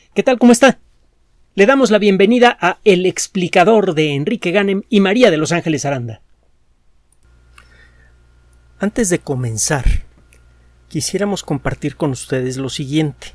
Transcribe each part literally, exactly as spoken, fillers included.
¿Qué tal? ¿Cómo está? Le damos la bienvenida a El Explicador de Enrique Ganem y María de Los Ángeles Aranda. Antes de comenzar, quisiéramos compartir con ustedes lo siguiente.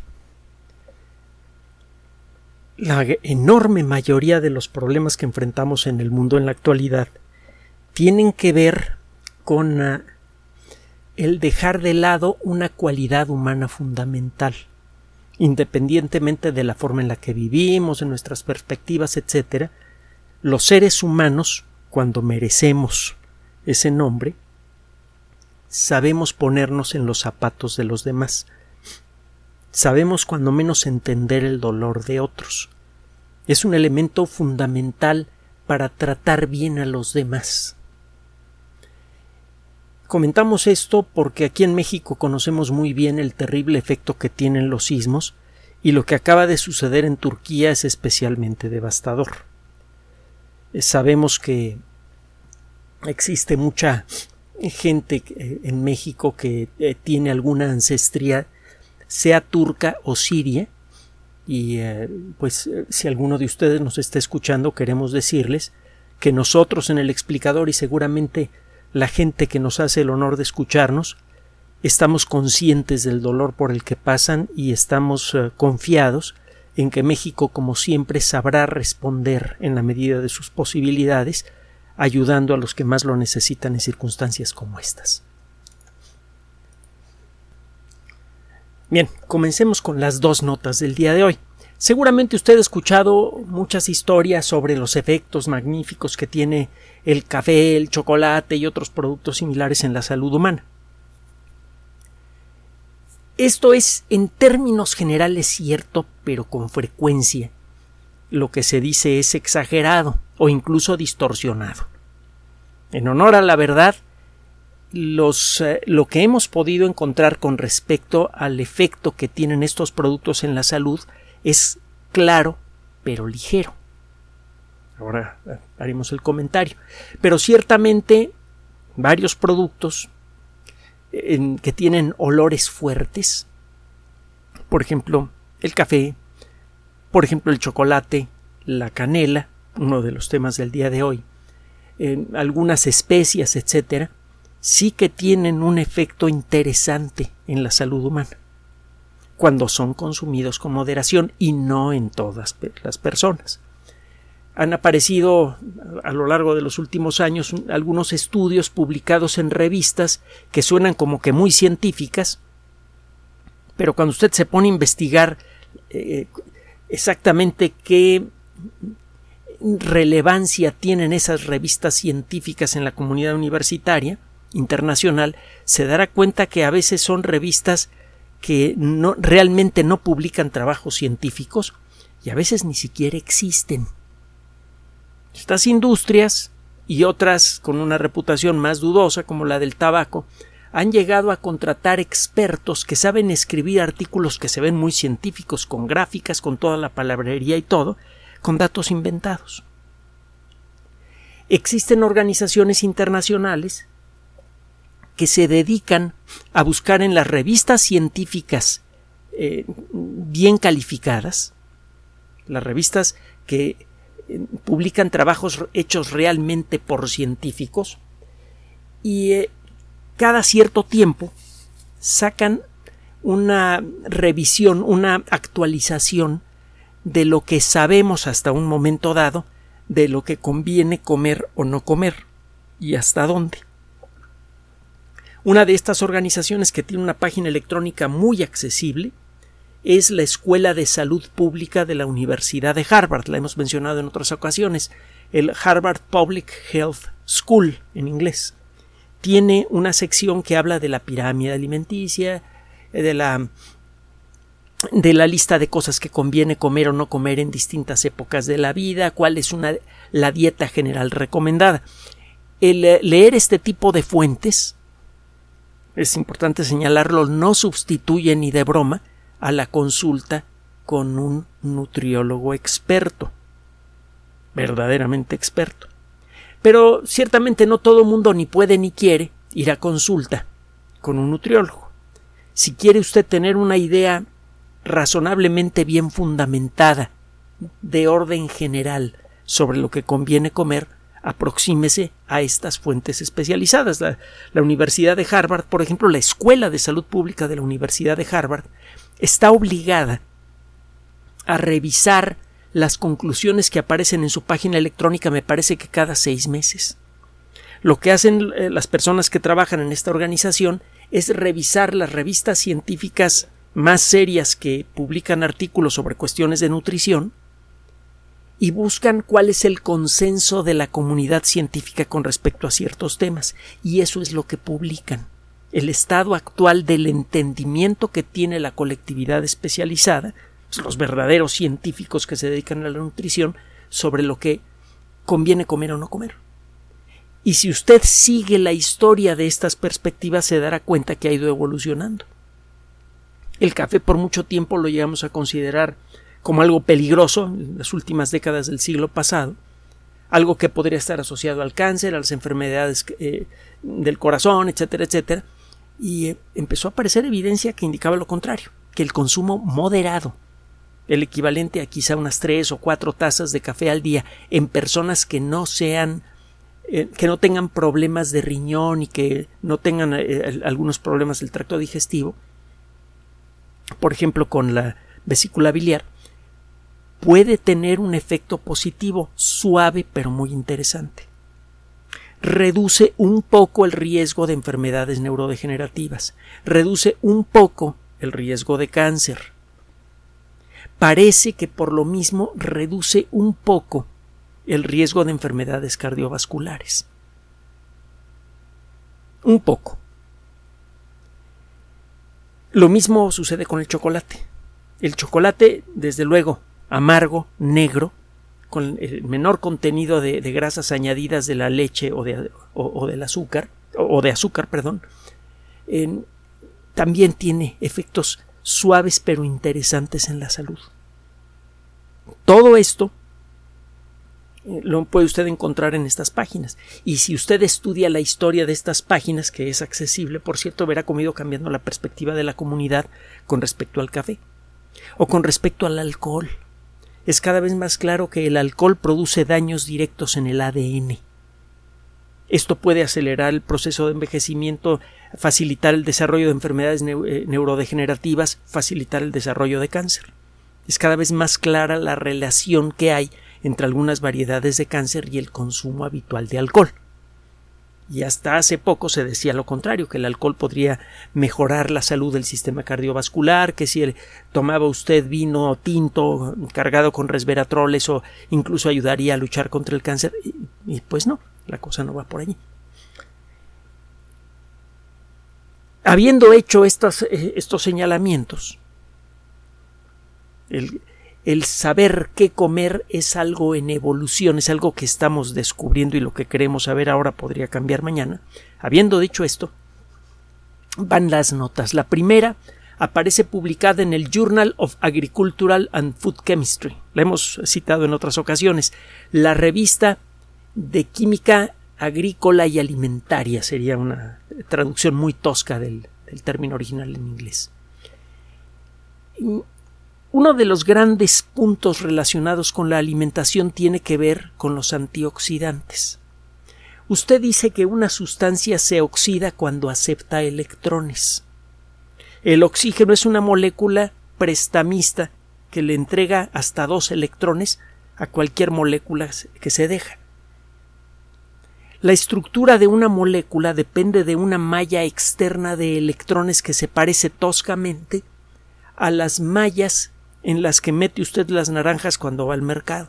La enorme mayoría de los problemas que enfrentamos en el mundo en la actualidad tienen que ver con uh, el dejar de lado una cualidad humana fundamental. Independientemente de la forma en la que vivimos, en nuestras perspectivas, etcétera, los seres humanos, cuando merecemos ese nombre, sabemos ponernos en los zapatos de los demás. Sabemos cuando menos entender el dolor de otros. Es un elemento fundamental para tratar bien a los demás. Comentamos esto porque aquí en México conocemos muy bien el terrible efecto que tienen los sismos y lo que acaba de suceder en Turquía es especialmente devastador. Sabemos que existe mucha gente en México que tiene alguna ancestría, sea turca o siria, y eh, pues si alguno de ustedes nos está escuchando, queremos decirles que nosotros en El Explicador y seguramente la gente que nos hace el honor de escucharnos, estamos conscientes del dolor por el que pasan y estamos uh, confiados en que México, como siempre, sabrá responder en la medida de sus posibilidades, ayudando a los que más lo necesitan en circunstancias como estas. Bien, comencemos con las dos notas del día de hoy. Seguramente usted ha escuchado muchas historias sobre los efectos magníficos que tiene el café, el chocolate y otros productos similares en la salud humana. Esto es, en términos generales, cierto, pero con frecuencia lo que se dice es exagerado o incluso distorsionado. En honor a la verdad, los, eh, lo que hemos podido encontrar con respecto al efecto que tienen estos productos en la salud es claro, pero ligero. Ahora haremos el comentario. Pero ciertamente varios productos eh, que tienen olores fuertes, por ejemplo, el café, por ejemplo, el chocolate, la canela, uno de los temas del día de hoy, eh, algunas especias, etcétera, sí que tienen un efecto interesante en la salud humana cuando son consumidos con moderación y no en todas las personas. Han aparecido a lo largo de los últimos años algunos estudios publicados en revistas que suenan como que muy científicas, pero cuando usted se pone a investigar eh, exactamente qué relevancia tienen esas revistas científicas en la comunidad universitaria internacional, se dará cuenta que a veces son revistas que no, realmente no publican trabajos científicos y a veces ni siquiera existen. Estas industrias y otras con una reputación más dudosa, como la del tabaco, han llegado a contratar expertos que saben escribir artículos que se ven muy científicos, con gráficas, con toda la palabrería y todo, con datos inventados. Existen organizaciones internacionales que se dedican a buscar en las revistas científicas eh, bien calificadas, las revistas que eh, publican trabajos hechos realmente por científicos, y eh, cada cierto tiempo sacan una revisión, una actualización de lo que sabemos hasta un momento dado, de lo que conviene comer o no comer y hasta dónde. Una de estas organizaciones, que tiene una página electrónica muy accesible, es la Escuela de Salud Pública de la Universidad de Harvard. La hemos mencionado en otras ocasiones. El Harvard Public Health School, en inglés. Tiene una sección que habla de la pirámide alimenticia, de la, de la lista de cosas que conviene comer o no comer en distintas épocas de la vida, cuál es una, la dieta general recomendada. El leer este tipo de fuentes, es importante señalarlo, no sustituye ni de broma a la consulta con un nutriólogo experto, verdaderamente experto. Pero ciertamente no todo mundo ni puede ni quiere ir a consulta con un nutriólogo. Si quiere usted tener una idea razonablemente bien fundamentada de orden general sobre lo que conviene comer, aproxímese a estas fuentes especializadas. La, la Universidad de Harvard, por ejemplo, la Escuela de Salud Pública de la Universidad de Harvard, está obligada a revisar las conclusiones que aparecen en su página electrónica, me parece que cada seis meses. Lo que hacen eh, las personas que trabajan en esta organización es revisar las revistas científicas más serias que publican artículos sobre cuestiones de nutrición y buscan cuál es el consenso de la comunidad científica con respecto a ciertos temas, y eso es lo que publican. El estado actual del entendimiento que tiene la colectividad especializada, los verdaderos científicos que se dedican a la nutrición, sobre lo que conviene comer o no comer. Y si usted sigue la historia de estas perspectivas, se dará cuenta que ha ido evolucionando. El café por mucho tiempo lo llegamos a considerar como algo peligroso en las últimas décadas del siglo pasado, algo que podría estar asociado al cáncer, a las enfermedades eh, del corazón, etcétera, etcétera, y eh, empezó a aparecer evidencia que indicaba lo contrario, que el consumo moderado, el equivalente a quizá unas tres o cuatro tazas de café al día en personas que no sean eh, que no tengan problemas de riñón y que no tengan eh, algunos problemas del tracto digestivo, por ejemplo con la vesícula biliar, puede tener un efecto positivo, suave pero muy interesante. Reduce un poco el riesgo de enfermedades neurodegenerativas, reduce un poco el riesgo de cáncer. Parece que por lo mismo reduce un poco el riesgo de enfermedades cardiovasculares. Un poco. Lo mismo sucede con el chocolate. El chocolate, desde luego, amargo, negro, con el menor contenido de, de grasas añadidas de la leche o, de, o, o del azúcar, o, o de azúcar, perdón, eh, también tiene efectos suaves pero interesantes en la salud. Todo esto eh, lo puede usted encontrar en estas páginas. Y si usted estudia la historia de estas páginas, que es accesible, por cierto, verá cómo ha ido cambiando la perspectiva de la comunidad con respecto al café o con respecto al alcohol. Es cada vez más claro que el alcohol produce daños directos en el A D N. Esto puede acelerar el proceso de envejecimiento, facilitar el desarrollo de enfermedades neurodegenerativas, facilitar el desarrollo de cáncer. Es cada vez más clara la relación que hay entre algunas variedades de cáncer y el consumo habitual de alcohol. Y hasta hace poco se decía lo contrario, que el alcohol podría mejorar la salud del sistema cardiovascular, que si tomaba usted vino tinto cargado con resveratrol, eso incluso ayudaría a luchar contra el cáncer. Y, y pues no, la cosa no va por allí. Habiendo hecho estos, eh, estos señalamientos, el, el saber qué comer es algo en evolución, es algo que estamos descubriendo y lo que queremos saber ahora podría cambiar mañana. Habiendo dicho esto, van las notas. La primera aparece publicada en el Journal of Agricultural and Food Chemistry. La hemos citado en otras ocasiones. La revista de química agrícola y alimentaria sería una traducción muy tosca del, del término original en inglés. Uno de los grandes puntos relacionados con la alimentación tiene que ver con los antioxidantes. Usted dice que una sustancia se oxida cuando acepta electrones. El oxígeno es una molécula prestamista que le entrega hasta dos electrones a cualquier molécula que se deja. La estructura de una molécula depende de una malla externa de electrones que se parece toscamente a las mallas en las que mete usted las naranjas cuando va al mercado.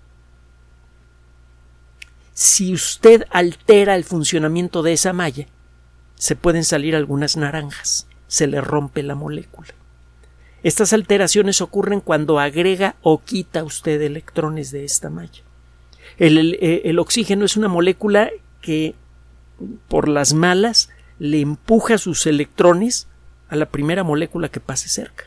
Si usted altera el funcionamiento de esa malla, se pueden salir algunas naranjas, se le rompe la molécula. Estas alteraciones ocurren cuando agrega o quita usted electrones de esta malla. El, el, el oxígeno es una molécula que, por las malas, le empuja sus electrones a la primera molécula que pase cerca.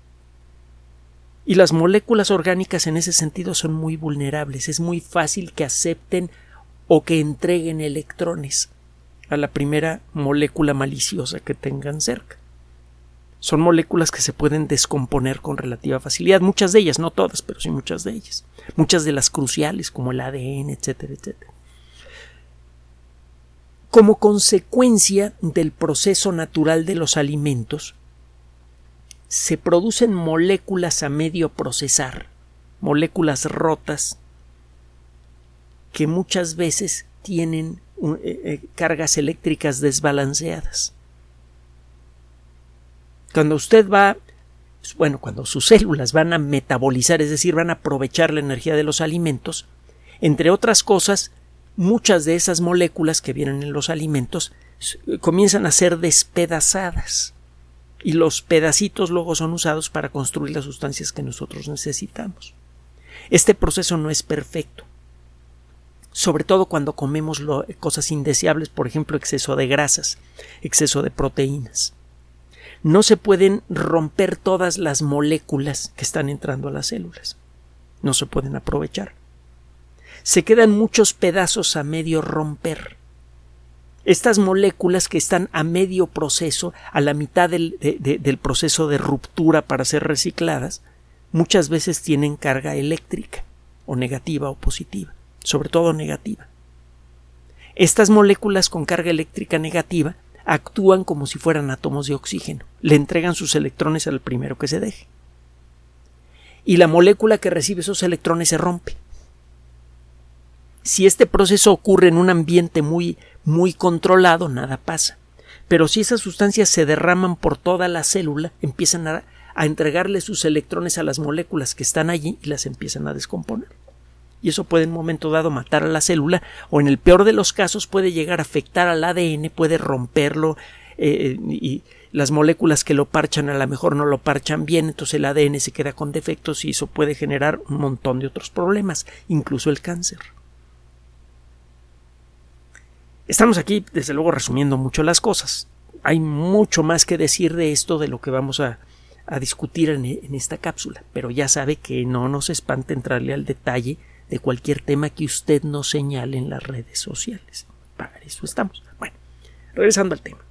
Y las moléculas orgánicas en ese sentido son muy vulnerables. Es muy fácil que acepten o que entreguen electrones a la primera molécula maliciosa que tengan cerca. Son moléculas que se pueden descomponer con relativa facilidad, muchas de ellas, no todas, pero sí muchas de ellas. Muchas de las cruciales, como el A D N, etcétera, etcétera. Como consecuencia del proceso natural de los alimentos, se producen moléculas a medio procesar, moléculas rotas, que muchas veces tienen eh, eh, cargas eléctricas desbalanceadas. Cuando usted va, bueno, cuando sus células van a metabolizar, es decir, van a aprovechar la energía de los alimentos, entre otras cosas, muchas de esas moléculas que vienen en los alimentos comienzan a ser despedazadas y los pedacitos luego son usados para construir las sustancias que nosotros necesitamos. Este proceso no es perfecto, sobre todo cuando comemos lo, cosas indeseables, por ejemplo, exceso de grasas, exceso de proteínas. No se pueden romper todas las moléculas que están entrando a las células. No se pueden aprovechar. Se quedan muchos pedazos a medio romper. Estas moléculas que están a medio proceso, a la mitad del, de, de, del proceso de ruptura para ser recicladas, muchas veces tienen carga eléctrica, o negativa o positiva, sobre todo negativa. Estas moléculas con carga eléctrica negativa actúan como si fueran átomos de oxígeno. Le entregan sus electrones al primero que se deje. Y la molécula que recibe esos electrones se rompe. Si este proceso ocurre en un ambiente muy, muy controlado, nada pasa. Pero si esas sustancias se derraman por toda la célula, empiezan a, a entregarle sus electrones a las moléculas que están allí y las empiezan a descomponer. Y eso puede en un momento dado matar a la célula, o en el peor de los casos puede llegar a afectar al A D N, puede romperlo, eh, y las moléculas que lo parchan a lo mejor no lo parchan bien, entonces el A D N se queda con defectos y eso puede generar un montón de otros problemas, incluso el cáncer. Estamos aquí, desde luego, resumiendo mucho las cosas. Hay mucho más que decir de esto de lo que vamos a, a discutir en, en esta cápsula, pero ya sabe que no nos espante entrarle al detalle de cualquier tema que usted nos señale en las redes sociales. Para eso estamos. Bueno, regresando al tema.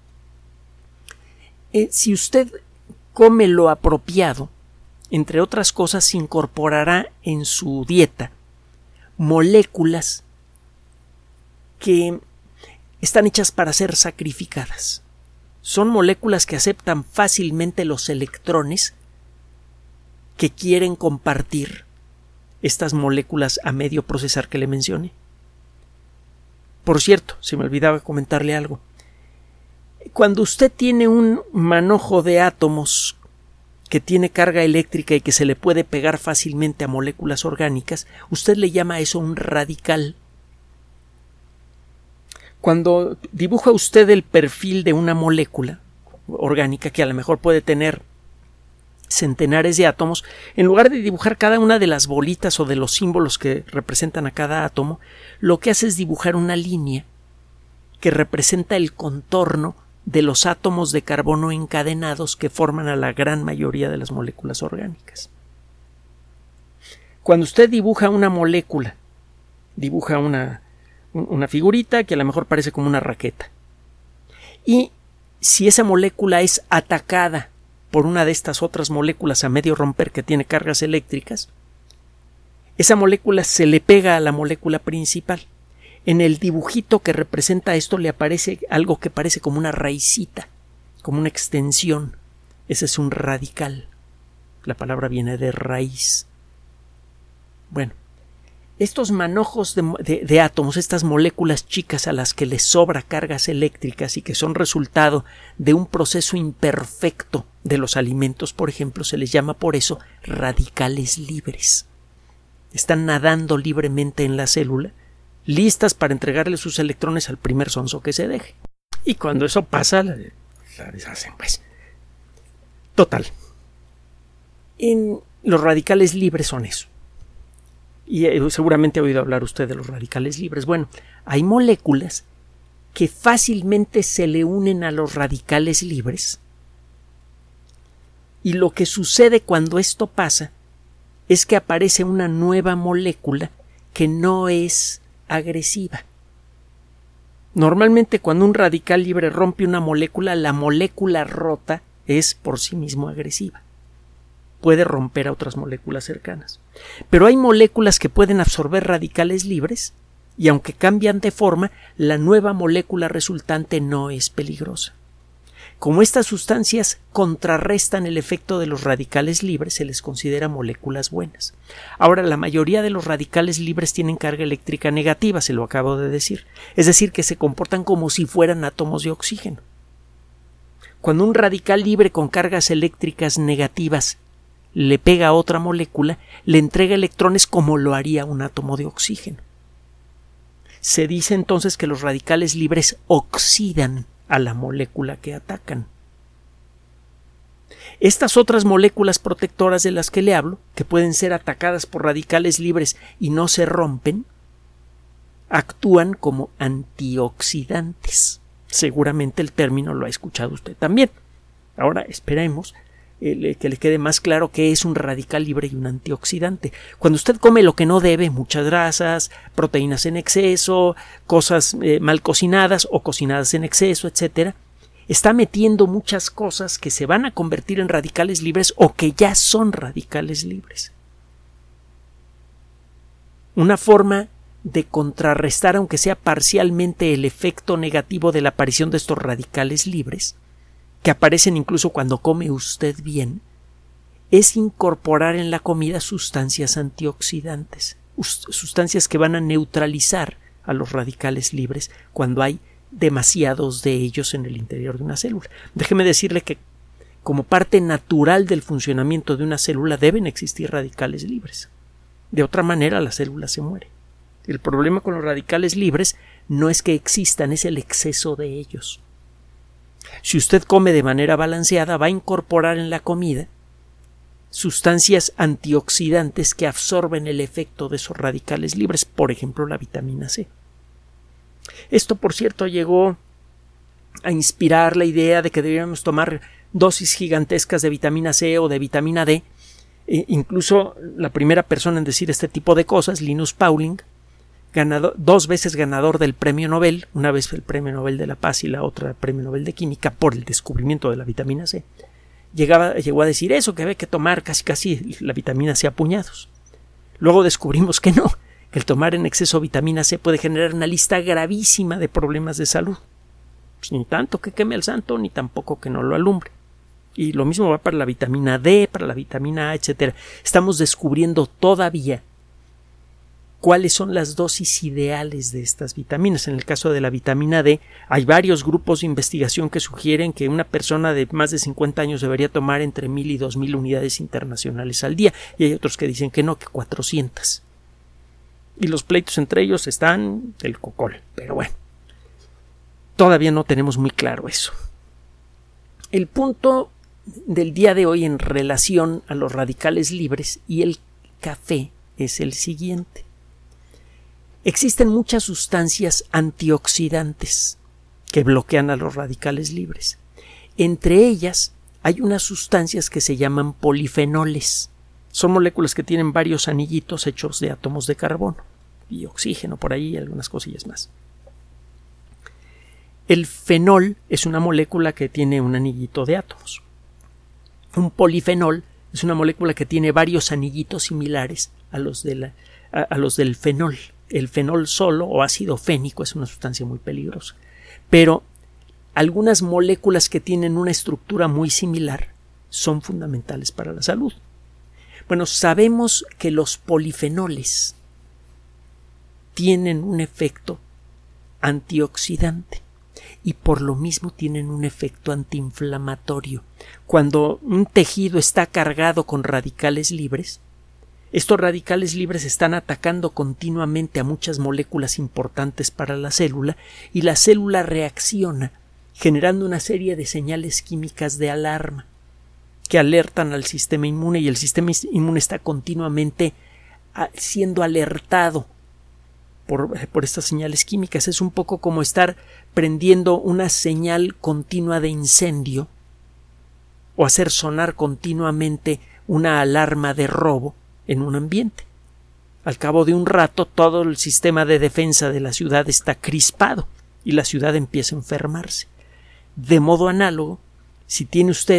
Eh, si usted come lo apropiado, entre otras cosas, incorporará en su dieta moléculas que están hechas para ser sacrificadas. Son moléculas que aceptan fácilmente los electrones que quieren compartir estas moléculas a medio procesar que le mencioné. Por cierto, se me olvidaba comentarle algo. Cuando usted tiene un manojo de átomos que tiene carga eléctrica y que se le puede pegar fácilmente a moléculas orgánicas, usted le llama a eso un radical. Cuando dibuja usted el perfil de una molécula orgánica que a lo mejor puede tener centenares de átomos, en lugar de dibujar cada una de las bolitas o de los símbolos que representan a cada átomo, lo que hace es dibujar una línea que representa el contorno de los átomos de carbono encadenados que forman a la gran mayoría de las moléculas orgánicas. Cuando usted dibuja una molécula, dibuja una, una figurita que a lo mejor parece como una raqueta. Y si esa molécula es atacada por una de estas otras moléculas a medio romper que tiene cargas eléctricas, esa molécula se le pega a la molécula principal. En el dibujito que representa esto le aparece algo que parece como una raicita, como una extensión. Ese es un radical. La palabra viene de raíz. Bueno, estos manojos de, de, de átomos, estas moléculas chicas a las que les sobra cargas eléctricas y que son resultado de un proceso imperfecto de los alimentos, por ejemplo, se les llama por eso radicales libres. Están nadando libremente en la célula, listas para entregarle sus electrones al primer sonso que se deje. Y cuando eso pasa, la, la deshacen, pues. Total. En los radicales libres son eso. Y eh, seguramente ha oído hablar usted de los radicales libres. Bueno, hay moléculas que fácilmente se le unen a los radicales libres. Y lo que sucede cuando esto pasa es que aparece una nueva molécula que no es agresiva. Normalmente cuando un radical libre rompe una molécula, la molécula rota es por sí mismo agresiva. Puede romper a otras moléculas cercanas. Pero hay moléculas que pueden absorber radicales libres y aunque cambian de forma, la nueva molécula resultante no es peligrosa. Como estas sustancias contrarrestan el efecto de los radicales libres, se les considera moléculas buenas. Ahora, la mayoría de los radicales libres tienen carga eléctrica negativa, se lo acabo de decir. Es decir, que se comportan como si fueran átomos de oxígeno. Cuando un radical libre con cargas eléctricas negativas le pega a otra molécula, le entrega electrones como lo haría un átomo de oxígeno. Se dice entonces que los radicales libres oxidan a la molécula que atacan. Estas otras moléculas protectoras de las que le hablo, que pueden ser atacadas por radicales libres y no se rompen, actúan como antioxidantes. Seguramente el término lo ha escuchado usted también. Ahora esperemos eh, que le quede más claro qué es un radical libre y un antioxidante. Cuando usted come lo que no debe, muchas grasas, proteínas en exceso, cosas eh, mal cocinadas o cocinadas en exceso, etcétera, está metiendo muchas cosas que se van a convertir en radicales libres o que ya son radicales libres. Una forma de contrarrestar, aunque sea parcialmente, el efecto negativo de la aparición de estos radicales libres, que aparecen incluso cuando come usted bien, es incorporar en la comida sustancias antioxidantes, sustancias que van a neutralizar a los radicales libres cuando hay demasiados de ellos en el interior de una célula. Déjeme decirle que como parte natural del funcionamiento de una célula deben existir radicales libres. De otra manera la célula se muere. El problema con los radicales libres no es que existan, es el exceso de ellos. Si usted come de manera balanceada, va a incorporar en la comida sustancias antioxidantes que absorben el efecto de esos radicales libres, por ejemplo la vitamina C. Esto, por cierto, llegó a inspirar la idea de que deberíamos tomar dosis gigantescas de vitamina C o de vitamina D. E incluso la primera persona en decir este tipo de cosas, Linus Pauling, ganador, dos veces ganador del premio Nobel, una vez el premio Nobel de la Paz y la otra el premio Nobel de Química por el descubrimiento de la vitamina C, llegaba, llegó a decir eso, que había que tomar casi casi la vitamina C a puñados. Luego descubrimos que no, que el tomar en exceso vitamina C puede generar una lista gravísima de problemas de salud. Pues ni tanto que queme al santo, ni tampoco que no lo alumbre. Y lo mismo va para la vitamina D, para la vitamina A, etcétera. Estamos descubriendo todavía cuáles son las dosis ideales de estas vitaminas. En el caso de la vitamina D, hay varios grupos de investigación que sugieren que una persona de más de cincuenta años debería tomar entre mil y dos mil unidades internacionales al día, y hay otros que dicen que no, que cuatrocientas. Y los pleitos entre ellos están del cocol, pero bueno, todavía no tenemos muy claro eso. El punto del día de hoy en relación a los radicales libres y el café es el siguiente. Existen muchas sustancias antioxidantes que bloquean a los radicales libres. Entre ellas hay unas sustancias que se llaman polifenoles. Son moléculas que tienen varios anillitos hechos de átomos de carbono y oxígeno por ahí y algunas cosillas más. El fenol es una molécula que tiene un anillito de átomos. Un polifenol es una molécula que tiene varios anillitos similares a los, de la, a, a los del fenol. El fenol solo o ácido fénico es una sustancia muy peligrosa. Pero algunas moléculas que tienen una estructura muy similar son fundamentales para la salud. Bueno, sabemos que los polifenoles tienen un efecto antioxidante y por lo mismo tienen un efecto antiinflamatorio. Cuando un tejido está cargado con radicales libres, estos radicales libres están atacando continuamente a muchas moléculas importantes para la célula y la célula reacciona generando una serie de señales químicas de alarma que alertan al sistema inmune y el sistema inmune está continuamente siendo alertado por, por estas señales químicas. Es un poco como estar prendiendo una señal continua de incendio o hacer sonar continuamente una alarma de robo en un ambiente. Al cabo de un rato todo el sistema de defensa de la ciudad está crispado y la ciudad empieza a enfermarse. De modo análogo, si tiene usted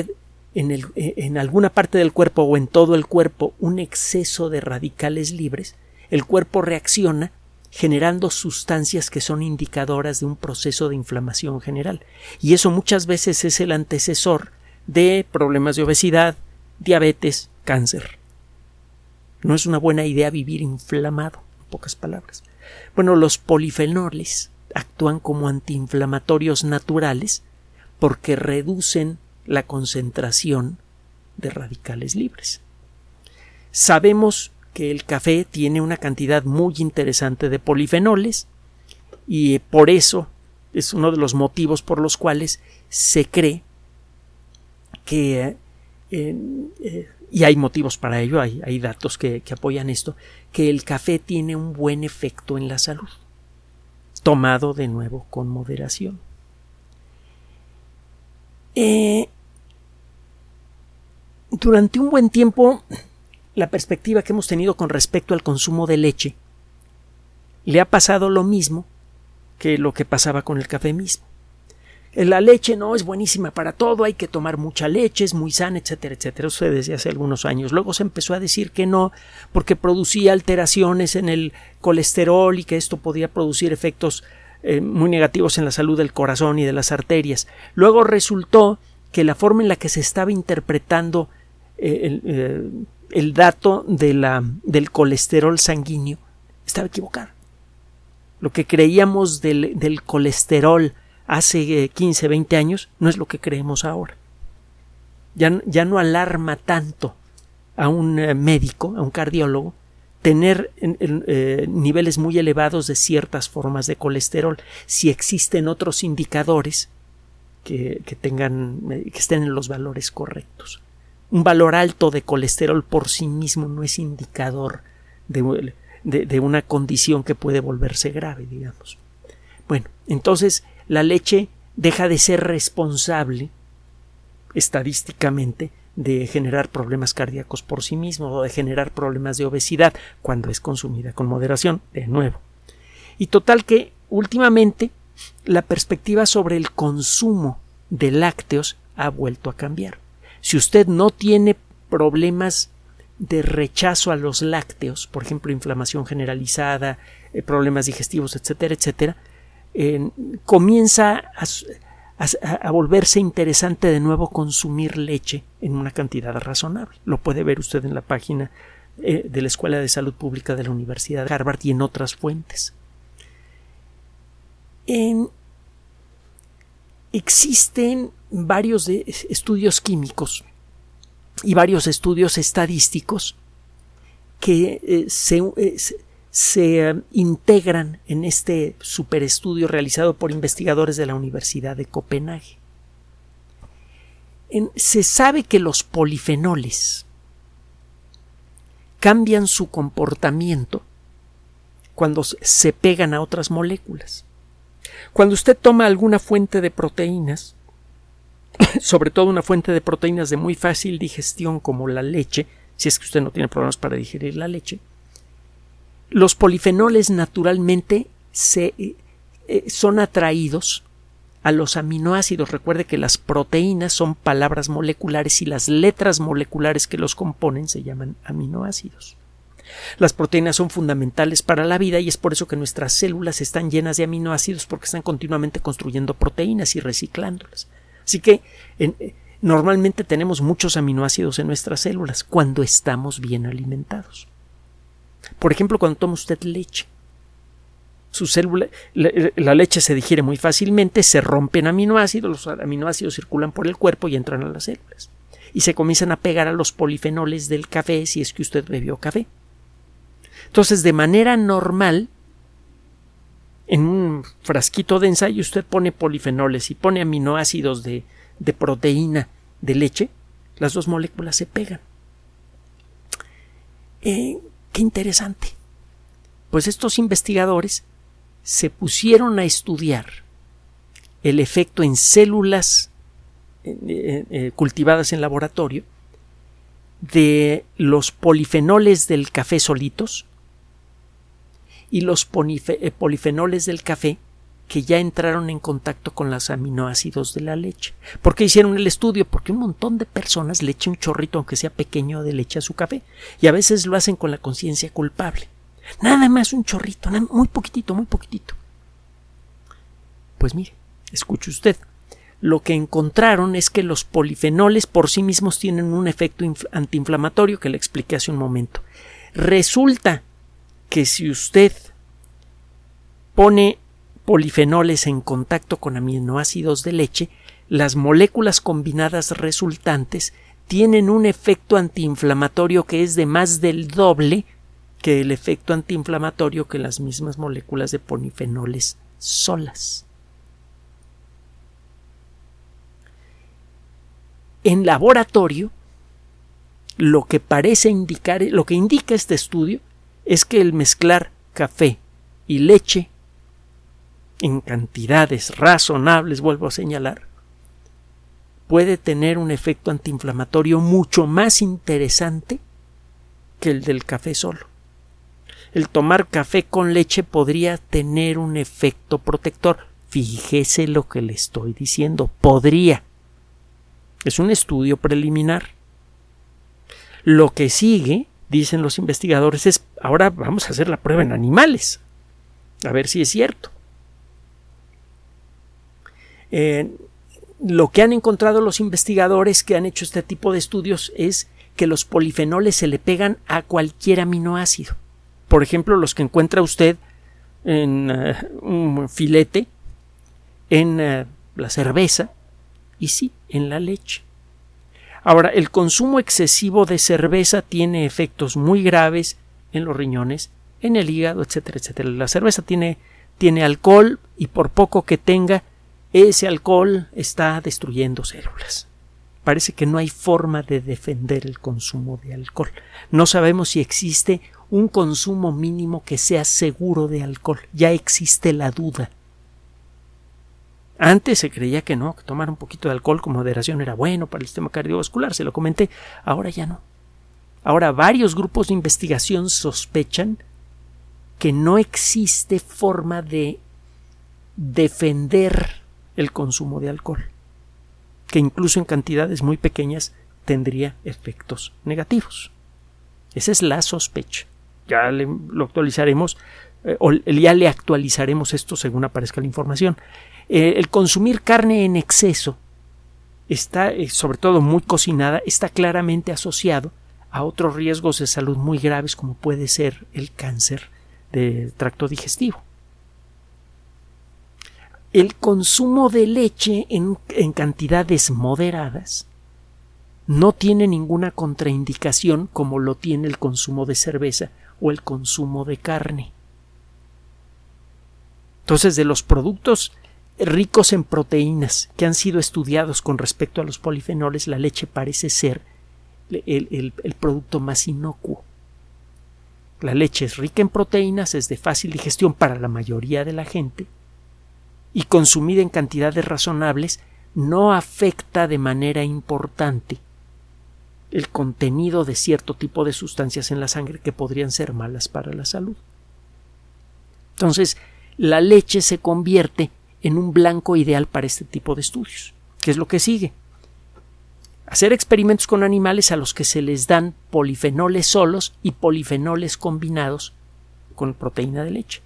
en, el, en alguna parte del cuerpo o en todo el cuerpo un exceso de radicales libres, el cuerpo reacciona generando sustancias que son indicadoras de un proceso de inflamación general. Y eso muchas veces es el antecesor de problemas de obesidad, diabetes, cáncer. No es una buena idea vivir inflamado, en pocas palabras. Bueno, los polifenoles actúan como antiinflamatorios naturales porque reducen la concentración de radicales libres. Sabemos que el café tiene una cantidad muy interesante de polifenoles y por eso es uno de los motivos por los cuales se cree que, eh, eh, y hay motivos para ello, hay, hay datos que, que apoyan esto, que el café tiene un buen efecto en la salud, tomado de nuevo con moderación. Eh, durante un buen tiempo, la perspectiva que hemos tenido con respecto al consumo de leche le ha pasado lo mismo que lo que pasaba con el café mismo. La leche no es buenísima para todo, hay que tomar mucha leche, es muy sana, etcétera, etcétera. Eso desde hace algunos años. Luego se empezó a decir que no, porque producía alteraciones en el colesterol y que esto podía producir efectos eh, muy negativos en la salud del corazón y de las arterias. Luego resultó que la forma en la que se estaba interpretando eh, el, eh, el dato de la, del colesterol sanguíneo estaba equivocado. Lo que creíamos del, del colesterol hace quince, veinte años no es lo que creemos ahora. Ya, ya no alarma tanto a un eh, médico, a un cardiólogo, tener eh, niveles muy elevados de ciertas formas de colesterol si existen otros indicadores que, que, tengan, que estén en los valores correctos. Un valor alto de colesterol por sí mismo no es indicador de, de, de una condición que puede volverse grave, digamos. Bueno, entonces la leche deja de ser responsable estadísticamente de generar problemas cardíacos por sí mismo o de generar problemas de obesidad cuando es consumida con moderación, de nuevo. Y total que últimamente la perspectiva sobre el consumo de lácteos ha vuelto a cambiar. Si usted no tiene problemas de rechazo a los lácteos, por ejemplo, inflamación generalizada, eh, problemas digestivos, etcétera, etcétera, eh, comienza a, a, a volverse interesante de nuevo consumir leche en una cantidad razonable. Lo puede ver usted en la página eh, de la Escuela de Salud Pública de la Universidad de Harvard y en otras fuentes. En, existen varios de estudios químicos y varios estudios estadísticos que eh, se, eh, se uh, integran en este superestudio realizado por investigadores de la Universidad de Copenhague. En, se sabe que los polifenoles cambian su comportamiento cuando se pegan a otras moléculas. Cuando usted toma alguna fuente de proteínas, sobre todo una fuente de proteínas de muy fácil digestión como la leche, si es que usted no tiene problemas para digerir la leche, los polifenoles naturalmente se, eh, son atraídos a los aminoácidos. Recuerde que las proteínas son palabras moleculares y las letras moleculares que los componen se llaman aminoácidos. Las proteínas son fundamentales para la vida y es por eso que nuestras células están llenas de aminoácidos, porque están continuamente construyendo proteínas y reciclándolas. Así que en, normalmente tenemos muchos aminoácidos en nuestras células cuando estamos bien alimentados. Por ejemplo, cuando toma usted leche, su célula, la, la leche se digiere muy fácilmente, se rompen aminoácidos, los aminoácidos circulan por el cuerpo y entran a las células y se comienzan a pegar a los polifenoles del café si es que usted bebió café. Entonces, de manera normal, en un frasquito de ensayo usted pone polifenoles y pone aminoácidos de, de proteína de leche, las dos moléculas se pegan. Eh, ¡Qué interesante! Pues estos investigadores se pusieron a estudiar el efecto en células eh, eh, cultivadas en laboratorio de los polifenoles del café solitos y los polifenoles del café que ya entraron en contacto con los aminoácidos de la leche. ¿Por qué hicieron el estudio? Porque un montón de personas le echan un chorrito, aunque sea pequeño, de leche a su café, y a veces lo hacen con la conciencia culpable. Nada más un chorrito, nada, muy poquitito, muy poquitito. Pues mire, escuche usted, lo que encontraron es que los polifenoles por sí mismos tienen un efecto antiinflamatorio que le expliqué hace un momento. Resulta que si usted pone polifenoles en contacto con aminoácidos de leche, las moléculas combinadas resultantes tienen un efecto antiinflamatorio que es de más del doble que el efecto antiinflamatorio que las mismas moléculas de polifenoles solas. En laboratorio, lo que parece indicar, lo que indica este estudio es que el mezclar café y leche en cantidades razonables, vuelvo a señalar, puede tener un efecto antiinflamatorio mucho más interesante que el del café solo. El tomar café con leche podría tener un efecto protector. Fíjese lo que le estoy diciendo. Podría. Es un estudio preliminar. Lo que sigue, dicen los investigadores, es ahora vamos a hacer la prueba en animales. A ver si es cierto. Eh, lo que han encontrado los investigadores que han hecho este tipo de estudios es que los polifenoles se le pegan a cualquier aminoácido. Por ejemplo, los que encuentra usted en uh, un filete, en uh, la cerveza y sí, en la leche. Ahora, el consumo excesivo de cerveza tiene efectos muy graves en los riñones, en el hígado, etcétera, etcétera. La cerveza tiene, tiene alcohol y por poco que tenga, ese alcohol está destruyendo células. Parece que no hay forma de defender el consumo de alcohol. No sabemos si existe un consumo mínimo que sea seguro de alcohol. Ya existe la duda. Antes se creía que no, que tomar un poquito de alcohol con moderación era bueno para el sistema cardiovascular, se lo comenté. Ahora ya no. Ahora varios grupos de investigación sospechan que no existe forma de defender el consumo de alcohol, que incluso en cantidades muy pequeñas tendría efectos negativos. Esa es la sospecha. Ya le, lo actualizaremos, eh, o ya le actualizaremos esto según aparezca la información. Eh, el consumir carne en exceso está, eh, sobre todo muy cocinada, está claramente asociado a otros riesgos de salud muy graves como puede ser el cáncer del tracto digestivo. El consumo de leche en, en cantidades moderadas no tiene ninguna contraindicación como lo tiene el consumo de cerveza o el consumo de carne. Entonces, de los productos ricos en proteínas que han sido estudiados con respecto a los polifenoles, la leche parece ser el, el, el producto más inocuo. La leche es rica en proteínas, es de fácil digestión para la mayoría de la gente y consumida en cantidades razonables no afecta de manera importante el contenido de cierto tipo de sustancias en la sangre que podrían ser malas para la salud. Entonces, la leche se convierte en un blanco ideal para este tipo de estudios. ¿Qué es lo que sigue? Hacer experimentos con animales a los que se les dan polifenoles solos y polifenoles combinados con proteína de leche.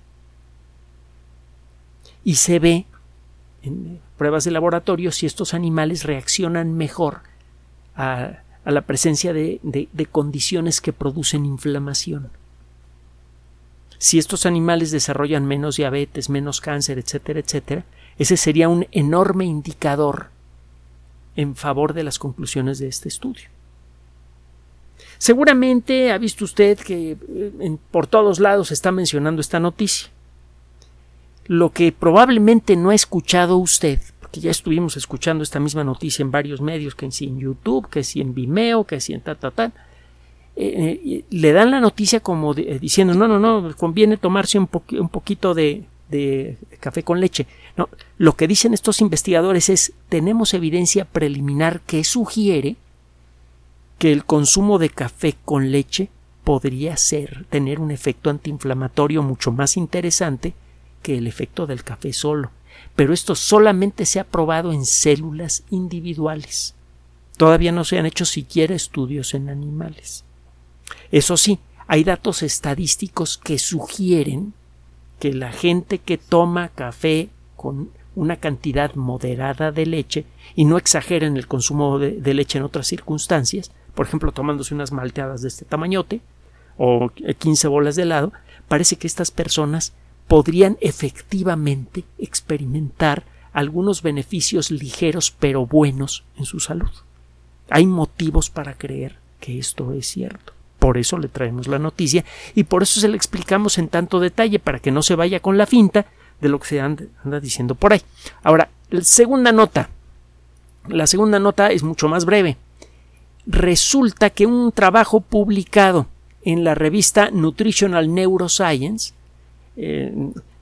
Y se ve en pruebas de laboratorio si estos animales reaccionan mejor a, a la presencia de, de, de condiciones que producen inflamación. Si estos animales desarrollan menos diabetes, menos cáncer, etcétera, etcétera, ese sería un enorme indicador en favor de las conclusiones de este estudio. Seguramente ha visto usted que en, por todos lados se está mencionando esta noticia. Lo que probablemente no ha escuchado usted, porque ya estuvimos escuchando esta misma noticia en varios medios, que si en YouTube, que si en Vimeo, que si en ta, ta, ta, eh, le dan la noticia como de, diciendo, no, no, no, conviene tomarse un, po un poquito de, de café con leche. No, lo que dicen estos investigadores es, tenemos evidencia preliminar que sugiere que el consumo de café con leche podría ser, tener un efecto antiinflamatorio mucho más interesante que el efecto del café solo, pero esto solamente se ha probado en células individuales. Todavía no se han hecho siquiera estudios en animales. Eso sí, hay datos estadísticos que sugieren que la gente que toma café con una cantidad moderada de leche, y no exageren el consumo de, de leche en otras circunstancias, por ejemplo tomándose unas malteadas de este tamañote o quince bolas de helado, parece que estas personas podrían efectivamente experimentar algunos beneficios ligeros pero buenos en su salud. Hay motivos para creer que esto es cierto. Por eso le traemos la noticia y por eso se le explicamos en tanto detalle, para que no se vaya con la finta de lo que se anda, anda diciendo por ahí. Ahora, la segunda nota. La segunda nota es mucho más breve. Resulta que un trabajo publicado en la revista Nutritional Neuroscience, eh,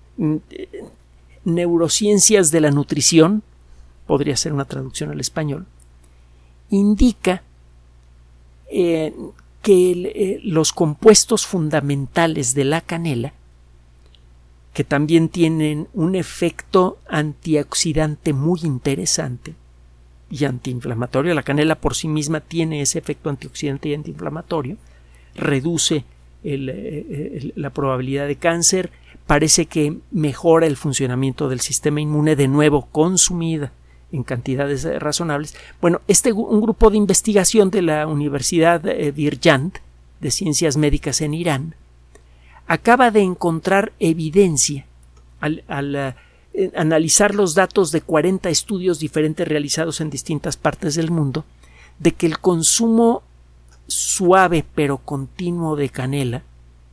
Neurociencias de la Nutrición, podría ser una traducción al español, indica eh, que el, eh, los compuestos fundamentales de la canela, que también tienen un efecto antioxidante muy interesante y antiinflamatorio. La canela por sí misma tiene ese efecto antioxidante y antiinflamatorio, reduce el, el, la probabilidad de cáncer, parece que mejora el funcionamiento del sistema inmune, de nuevo consumida en cantidades razonables. Bueno, este un grupo de investigación de la Universidad de Birzand de Ciencias Médicas en Irán acaba de encontrar evidencia al, al eh, analizar los datos de cuarenta estudios diferentes realizados en distintas partes del mundo, de que el consumo suave pero continuo de canela,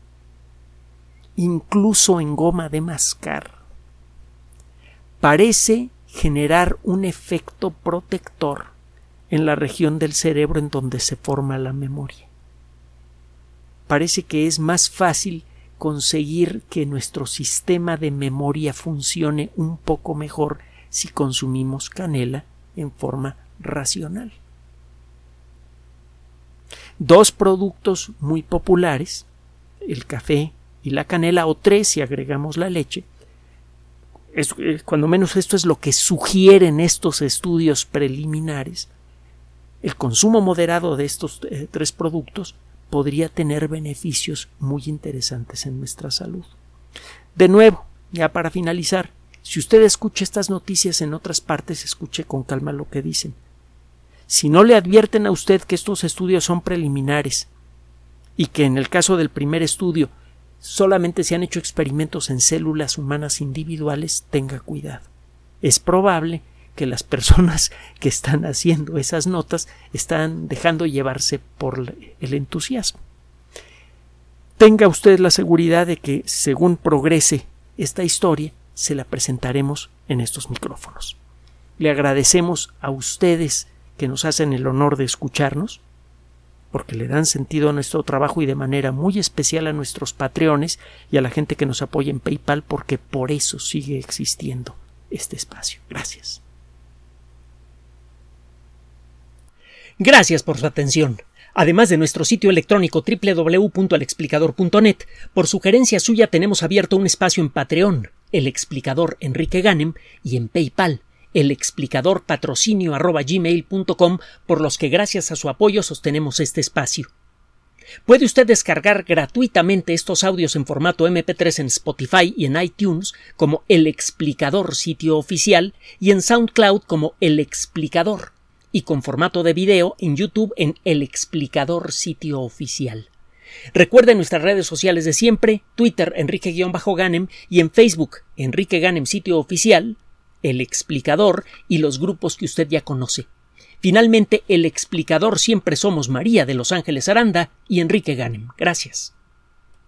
incluso en goma de mascar, parece generar un efecto protector en la región del cerebro en donde se forma la memoria. Parece que es más fácil conseguir que nuestro sistema de memoria funcione un poco mejor si consumimos canela en forma racional. Dos productos muy populares, el café y la canela, o tres si agregamos la leche, es, cuando menos esto es lo que sugieren estos estudios preliminares. El consumo moderado de estos eh, tres productos podría tener beneficios muy interesantes en nuestra salud. De nuevo, ya para finalizar, si usted escucha estas noticias en otras partes, escuche con calma lo que dicen. Si no le advierten a usted que estos estudios son preliminares y que en el caso del primer estudio solamente se han hecho experimentos en células humanas individuales, tenga cuidado. Es probable que las personas que están haciendo esas notas están dejando llevarse por el entusiasmo. Tenga usted la seguridad de que, según progrese esta historia, se la presentaremos en estos micrófonos. Le agradecemos a ustedes que nos hacen el honor de escucharnos, porque le dan sentido a nuestro trabajo, y de manera muy especial a nuestros patreones y a la gente que nos apoya en PayPal, porque por eso sigue existiendo este espacio. Gracias. Gracias por su atención. Además de nuestro sitio electrónico doble u doble u doble u punto el explicador punto net, por sugerencia suya tenemos abierto un espacio en Patreon, El Explicador Enrique Ganem, y en PayPal, el explicador patrocinio arroba gmail punto com, por los que gracias a su apoyo sostenemos este espacio. Puede usted descargar gratuitamente estos audios en formato eme pe tres en Spotify y en iTunes como El Explicador sitio oficial, y en SoundCloud como El Explicador, y con formato de video en YouTube en El Explicador sitio oficial. Recuerden nuestras redes sociales de siempre: Twitter Enrique-Ganem y en Facebook Enrique Ganem sitio oficial, El Explicador y los grupos que usted ya conoce. Finalmente, El Explicador siempre somos María de Los Ángeles Aranda y Enrique Ganem. Gracias.